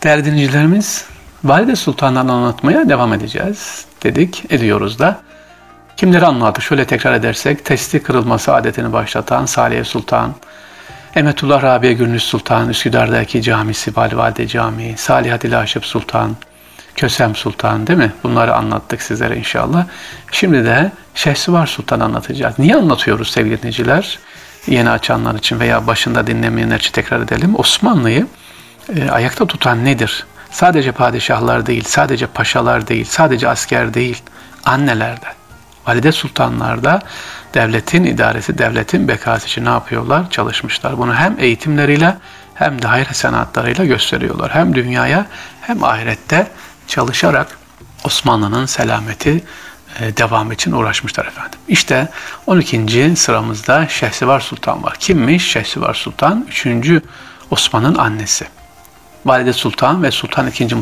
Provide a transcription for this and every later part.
Değerli dinleyicilerimiz, Valide Sultan'dan anlatmaya devam edeceğiz dedik, ediyoruz da. Kimleri anlattık? Şöyle tekrar edersek, testi kırılması adetini başlatan Saliye Sultan, Emetullah Rabia Gülnüş Sultan, Üsküdar'daki camisi, Valide Camii, Saliha Dilaşıp Sultan, Kösem Sultan, değil mi? Bunları anlattık sizlere inşallah. Şimdi de Şehsuvar Sultan anlatacağız. Niye anlatıyoruz sevgili dinleyiciler? Yeni açanlar için veya başında dinlemeyenler için tekrar edelim. Osmanlı'yı ayakta tutan nedir? Sadece padişahlar değil, sadece paşalar değil, sadece asker değil, annelerde, valide sultanlarda devletin idaresi, devletin bekası için ne yapıyorlar? Çalışmışlar. Bunu hem eğitimleriyle hem de hayır sanatlarıyla gösteriyorlar. Hem dünyaya hem ahirette çalışarak Osmanlı'nın selameti devam için uğraşmışlar efendim. İşte 12. sıramızda Şehsuvar Sultan var. Kimmiş Şehsuvar Sultan? 3. Osman'ın annesi. Valide Sultan ve Sultan II.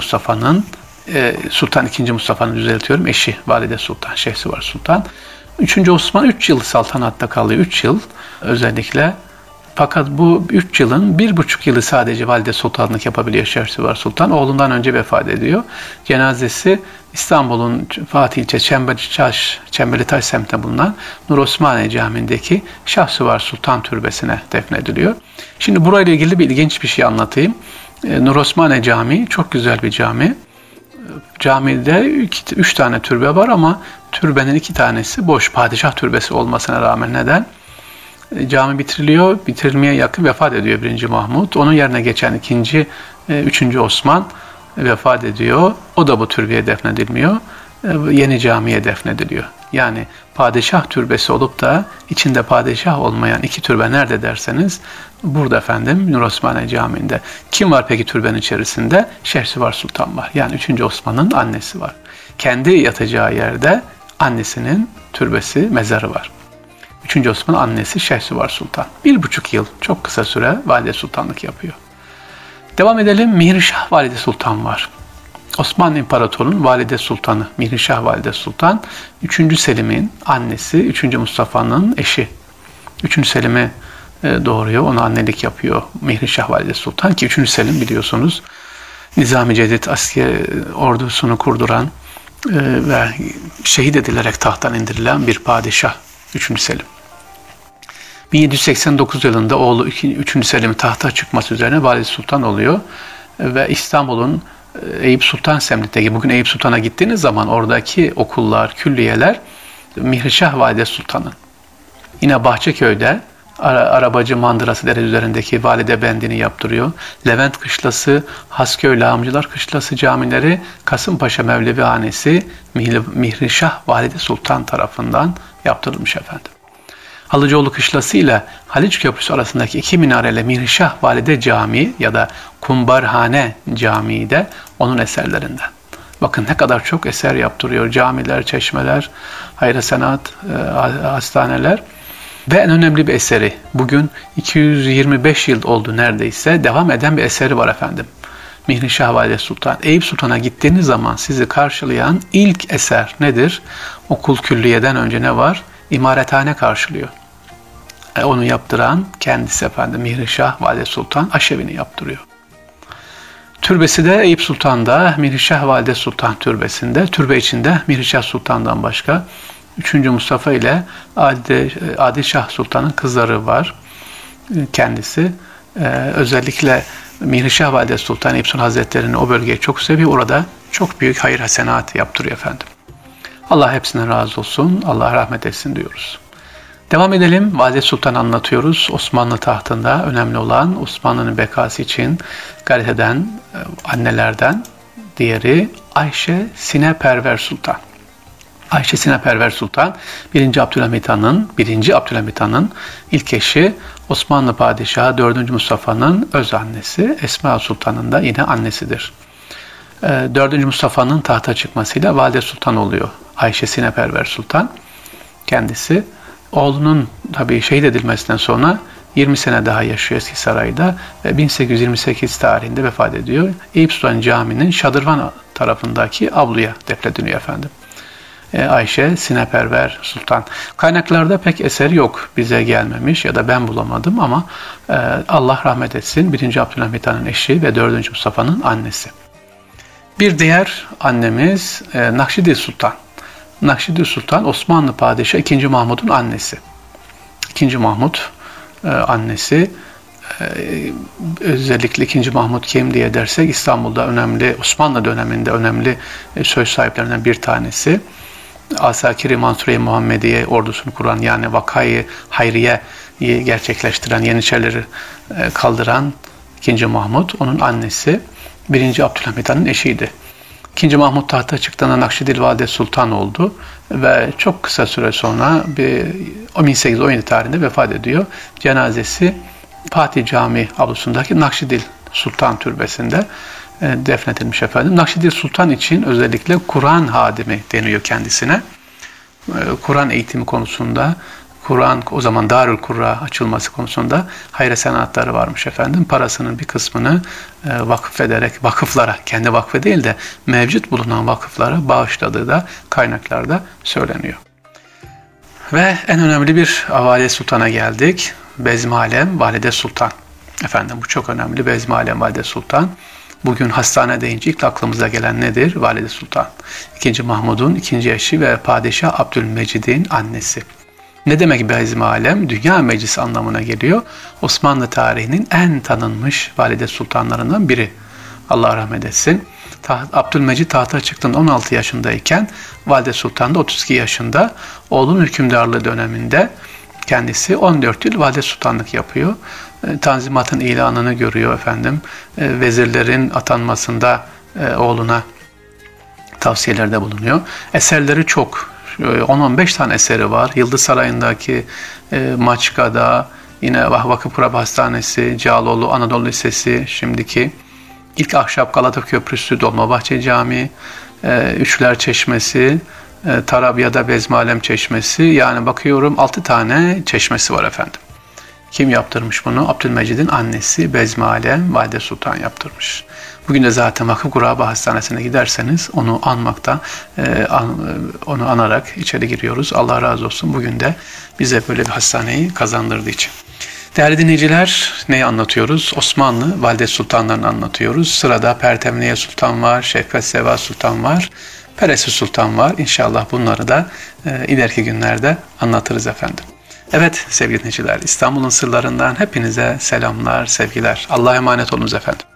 Mustafa'nın düzeltiyorum, eşi Valide Sultan, Şehsuvar Sultan. 3. Osman 3 yıl saltanatta kalıyor. 3 yıl özellikle. Fakat bu 3 yılın 1,5 yılı sadece Valide Sultanlık yapabiliyor Şehsuvar Sultan. Oğlundan önce vefat ediyor. Cenazesi İstanbul'un Fatih ilçe Çemberlitaş semtinde bulunan Nur Osmaniye Camii'ndeki Şehsuvar Sultan Türbesi'ne defnediliyor. Şimdi burayla ilgili bir ilginç bir şey anlatayım. Nur Osmaniye Camii çok güzel bir cami. Camide 3 tane türbe var ama türbenin 2 tanesi boş. Padişah türbesi olmasına rağmen neden? Cami bitiriliyor, bitirilmeye yakın vefat ediyor 1. Mahmut. Onun yerine geçen 3. Osman vefat ediyor. O da bu türbeye defnedilmiyor. Yeni camiye defnediliyor. Yani padişah türbesi olup da içinde padişah olmayan 2 türbe nerede derseniz burada efendim Nur Osmaniye Camii'nde. Kim var peki türbenin içerisinde? Şehsuvar Sultan var. Yani 3. Osman'ın annesi var. Kendi yatacağı yerde annesinin türbesi, mezarı var. 3. Osman'ın annesi Şehsuvar Sultan. 1,5 yıl çok kısa süre valide sultanlık yapıyor. Devam edelim. Mihrimah Valide Sultan var. Osmanlı İmparatorluğu'nun valide sultanı, Mihrimah Valide Sultan, 3. Selim'in annesi, 3. Mustafa'nın eşi. 3. Selim'i doğuruyor, ona annelik yapıyor Mihrimah Valide Sultan ki 3. Selim biliyorsunuz Nizami Cedid asker ordusunu kurduran ve şehit edilerek tahttan indirilen bir padişah 3. Selim. 1789 yılında oğlu 3. Selim'in tahta çıkması üzerine Valide Sultan oluyor ve İstanbul'un Eyüp Sultan semtindeki, bugün Eyüp Sultan'a gittiğiniz zaman oradaki okullar, külliyeler Mihrimah Valide Sultan'ın. Yine Bahçeköy'de Arabacı Mandırası Dere üzerindeki Valide Bendini yaptırıyor. Levent Kışlası, Hasköy Lağımcılar Kışlası camileri Kasımpaşa Mevlevihanesi Mihrimah Valide Sultan tarafından yaptırılmış efendim. Halıcıoğlu Kışlası ile Haliç Köprüsü arasındaki 2 minareli Mihrimah Valide Camii ya da Kumbarhane Camii de onun eserlerinden. Bakın ne kadar çok eser yaptırıyor. Camiler, çeşmeler, hayır sanat, hastaneler. Ve en önemli bir eseri, bugün 225 yıl oldu neredeyse, devam eden bir eseri var efendim. Mihrimah Valide Sultan. Eyüp Sultan'a gittiğiniz zaman sizi karşılayan ilk eser nedir? Okul külliyeden önce ne var? İmarethane karşılıyor. Onu yaptıran kendisi efendim Mihrimah Valide Sultan aşevini yaptırıyor. Türbesi de Eyüp Sultan'da Mihrimah Valide Sultan türbesinde. Türbe içinde Mihrimah Sultan'dan başka 3. Mustafa ile Adilşah Sultan'ın kızları var. Kendisi özellikle Mihrimah Valide Sultan Eyüp Sultan Hazretleri'ni o bölgeyi çok seviyor. Orada çok büyük hayır hasenat yaptırıyor efendim. Allah hepsinden razı olsun. Allah rahmet etsin diyoruz. Devam edelim. Valide Sultan anlatıyoruz. Osmanlı tahtında önemli olan Osmanlı'nın bekası için gayret eden annelerden diğeri Ayşe Sineperver Sultan. Ayşe Sineperver Sultan 1. Abdülhamit Han'ın ilk eşi, Osmanlı Padişahı 4. Mustafa'nın öz annesi, Esma Sultan'ın da yine annesidir. 4. Mustafa'nın tahta çıkmasıyla Valide Sultan oluyor. Ayşe Sineperver Sultan kendisi. Oğlunun tabii şehit edilmesinden sonra 20 sene daha yaşıyor Eskisaray'da ve 1828 tarihinde vefat ediyor. Eyüp Sultan Camii'nin Şadırvan tarafındaki avluya defnediliyor efendim. Ayşe Sineperver Sultan. Kaynaklarda pek eser yok, bize gelmemiş ya da ben bulamadım ama Allah rahmet etsin 1. Abdülhamit Han'ın eşi ve 4. Mustafa'nın annesi. Bir diğer annemiz Nakşidi Sultan. Nakşidi Sultan Osmanlı Padişahı 2. Mahmud'un annesi. 2. Mahmud annesi, özellikle 2. Mahmud kim diye dersek İstanbul'da önemli, Osmanlı döneminde önemli söz sahiplerinden bir tanesi. Asakir-i Mansure-i Muhammediye ordusunu kuran, yani Vakayı Hayriye'yi gerçekleştiren, Yeniçerileri kaldıran 2. Mahmud, onun annesi 1. Abdülhamit Han'ın eşiydi. 2. Mahmud tahta çıktığında Nakşidil Valide Sultan oldu ve çok kısa süre sonra 1817 tarihinde vefat ediyor. Cenazesi Fatih Camii avlusundaki Nakşidil Sultan Türbesi'nde defnedilmiş efendim. Nakşidil Sultan için özellikle Kur'an hadimi deniyor kendisine. Kur'an eğitimi konusunda, Kur'an, o zaman Darül Kurra açılması konusunda hayır senatları varmış efendim. Parasının bir kısmını vakıf ederek, vakıflara, kendi vakfı değil de mevcut bulunan vakıflara bağışladığı da kaynaklarda söyleniyor. Ve en önemli bir Valide Sultan'a geldik. Bezmialem Valide Sultan. Efendim bu çok önemli. Bezmialem Valide Sultan. Bugün hastane deyince ilk aklımıza gelen nedir? Valide Sultan. 2. Mahmud'un 2. eşi ve Padişah Abdülmecid'in annesi. Ne demek Bezmialem? Dünya meclisi anlamına geliyor. Osmanlı tarihinin en tanınmış valide sultanlarından biri. Allah rahmet etsin. Abdülmecid tahta çıktığında 16 yaşındayken Valide Sultan da 32 yaşında. Oğlunun hükümdarlığı döneminde kendisi 14 yıl valide sultanlık yapıyor. Tanzimatın ilanını görüyor efendim. Vezirlerin atanmasında oğluna tavsiyelerde bulunuyor. Eserleri çok. 10-15 tane eseri var. Yıldız Sarayı'ndaki Maçka'da, yine Vakıf Kurab Hastanesi, Cağaloğlu Anadolu Lisesi, şimdiki ilk ahşap Galata Köprüsü, Dolmabahçe Camii, Üçler Çeşmesi, Tarabya'da Bezmialem Çeşmesi, yani bakıyorum 6 tane çeşmesi var efendim. Kim yaptırmış bunu? Abdülmecid'in annesi Bezmialem Valide Sultan yaptırmış. Bugün de zaten Vakıf Kuraba Hastanesi'ne giderseniz onu anmakta, onu anarak içeri giriyoruz. Allah razı olsun bugün de bize böyle bir hastaneyi kazandırdığı için. Değerli dinleyiciler, neyi anlatıyoruz? Osmanlı Valide Sultanlarını anlatıyoruz. Sırada Pertemniye Sultan var, Şefkat Seva Sultan var, Peresi Sultan var. İnşallah bunları da ileriki günlerde anlatırız efendim. Evet sevgili dinleyiciler, İstanbul'un sırlarından hepinize selamlar, sevgiler. Allah'a emanet olunuz efendim.